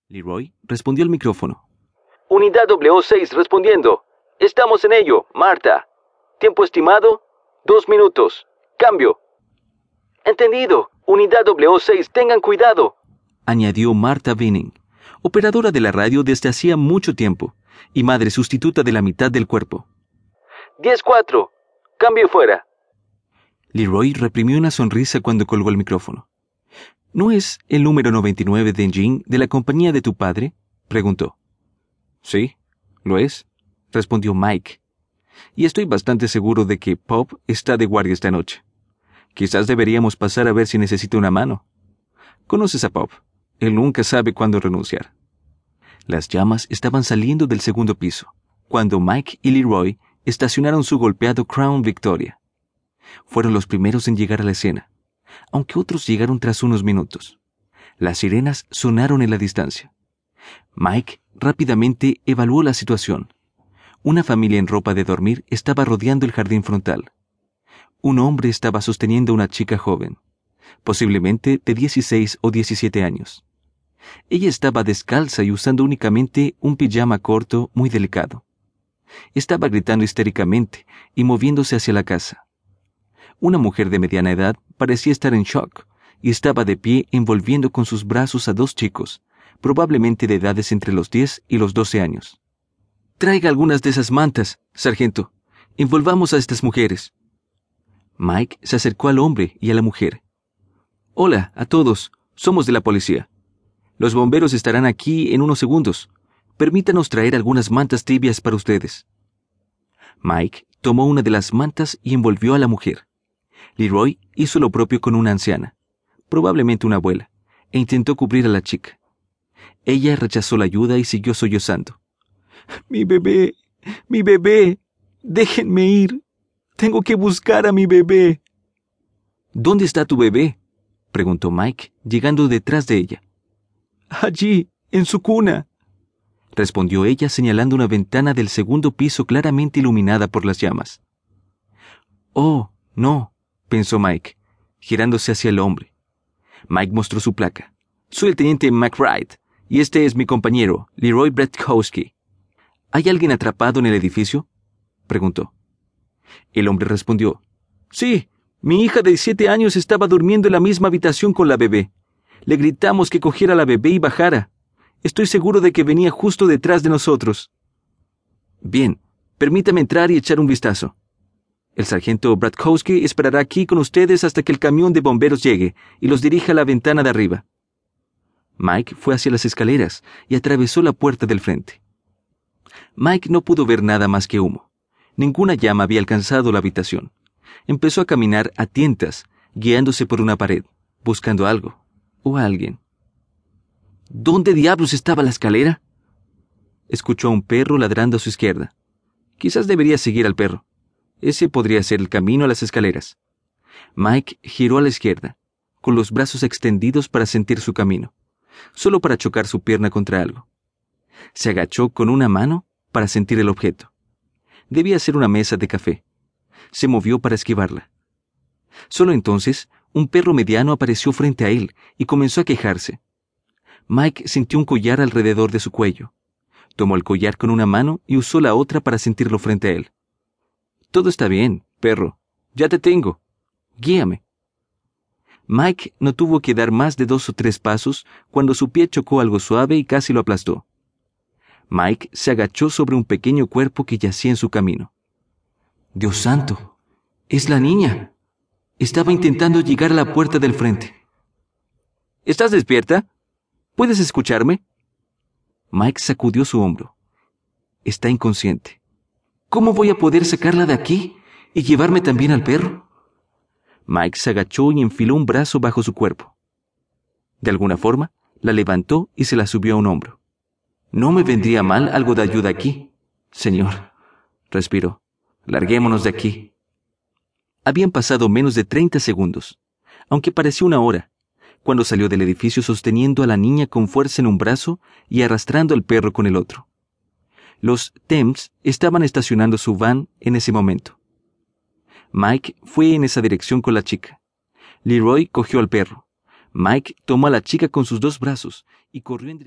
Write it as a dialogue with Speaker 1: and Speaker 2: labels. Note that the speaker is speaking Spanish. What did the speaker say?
Speaker 1: Leroy respondió al micrófono.
Speaker 2: Unidad W6 respondiendo. Estamos en ello, Marta. Tiempo estimado, 2 minutos. Cambio. Entendido. Unidad W6, tengan cuidado,
Speaker 1: añadió Marta Benning, operadora de la radio desde hacía mucho tiempo y madre sustituta de la mitad del cuerpo.
Speaker 2: 10-4. Cambio fuera.
Speaker 1: Leroy reprimió una sonrisa cuando colgó el micrófono. ¿No es el número 99 de engine de la compañía de tu padre?, preguntó. Sí, lo es, respondió Mike. Y estoy bastante seguro de que Pop está de guardia esta noche. Quizás deberíamos pasar a ver si necesita una mano. ¿Conoces a Pop? Él nunca sabe cuándo renunciar. Las llamas estaban saliendo del segundo piso, cuando Mike y Leroy estacionaron su golpeado Crown Victoria. Fueron los primeros en llegar a la escena, aunque otros llegaron tras unos minutos. Las sirenas sonaron en la distancia. Mike rápidamente evaluó la situación. Una familia en ropa de dormir estaba rodeando el jardín frontal. Un hombre estaba sosteniendo a una chica joven, posiblemente de 16 o 17 años. Ella estaba descalza y usando únicamente un pijama corto muy delicado. Estaba gritando histéricamente y moviéndose hacia la casa. Una mujer de mediana edad parecía estar en shock y estaba de pie envolviendo con sus brazos a 2 chicos, probablemente de edades entre los 10 y los 12 años. «Traiga algunas de esas mantas, sargento. Envolvamos a estas mujeres». Mike se acercó al hombre y a la mujer. «Hola a todos, somos de la policía. Los bomberos estarán aquí en unos segundos. Permítanos traer algunas mantas tibias para ustedes». Mike tomó una de las mantas y envolvió a la mujer. Leroy hizo lo propio con una anciana, probablemente una abuela, e intentó cubrir a la chica. Ella rechazó la ayuda y siguió sollozando. «Mi bebé, mi bebé, déjenme ir. Tengo que buscar a mi bebé». «¿Dónde está tu bebé?», preguntó Mike, llegando detrás de ella. «Allí, en su cuna», respondió ella señalando una ventana del segundo piso claramente iluminada por las llamas. «Oh, no», pensó Mike, girándose hacia el hombre. Mike mostró su placa. «Soy el teniente McBride, y este es mi compañero, Leroy Bretkowski. ¿Hay alguien atrapado en el edificio?», preguntó. El hombre respondió. «Sí, mi hija de 7 años estaba durmiendo en la misma habitación con la bebé. Le gritamos que cogiera a la bebé y bajara. Estoy seguro de que venía justo detrás de nosotros». «Bien, permítame entrar y echar un vistazo. El sargento Bretkowski esperará aquí con ustedes hasta que el camión de bomberos llegue y los dirija a la ventana de arriba». Mike fue hacia las escaleras y atravesó la puerta del frente. Mike no pudo ver nada más que humo. Ninguna llama había alcanzado la habitación. Empezó a caminar a tientas, guiándose por una pared, buscando algo o a alguien. ¿Dónde diablos estaba la escalera?, escuchó a un perro ladrando a su izquierda. Quizás debería seguir al perro. Ese podría ser el camino a las escaleras. Mike giró a la izquierda, con los brazos extendidos para sentir su camino, solo para chocar su pierna contra algo. Se agachó con una mano para sentir el objeto. Debía ser una mesa de café. Se movió para esquivarla. Solo entonces, un perro mediano apareció frente a él y comenzó a quejarse. Mike sintió un collar alrededor de su cuello. Tomó el collar con una mano y usó la otra para sentirlo frente a él. «Todo está bien, perro. Ya te tengo. Guíame». Mike no tuvo que dar más de 2 o 3 pasos cuando su pie chocó algo suave y casi lo aplastó. Mike se agachó sobre un pequeño cuerpo que yacía en su camino. «Dios santo, es la niña. Estaba intentando llegar a la puerta del frente». «¿Estás despierta? ¿Puedes escucharme?». Mike sacudió su hombro. «Está inconsciente. ¿Cómo voy a poder sacarla de aquí y llevarme también al perro?». Mike se agachó y enfiló un brazo bajo su cuerpo. De alguna forma, la levantó y se la subió a un hombro. «No me vendría mal algo de ayuda aquí, señor», respiró. «Larguémonos de aquí». Habían pasado menos de 30 segundos, aunque pareció una hora, cuando salió del edificio sosteniendo a la niña con fuerza en un brazo y arrastrando al perro con el otro. Los Thames estaban estacionando su van en ese momento. Mike fue en esa dirección con la chica. Leroy cogió al perro. Mike tomó a la chica con sus 2 brazos y corrió en dirección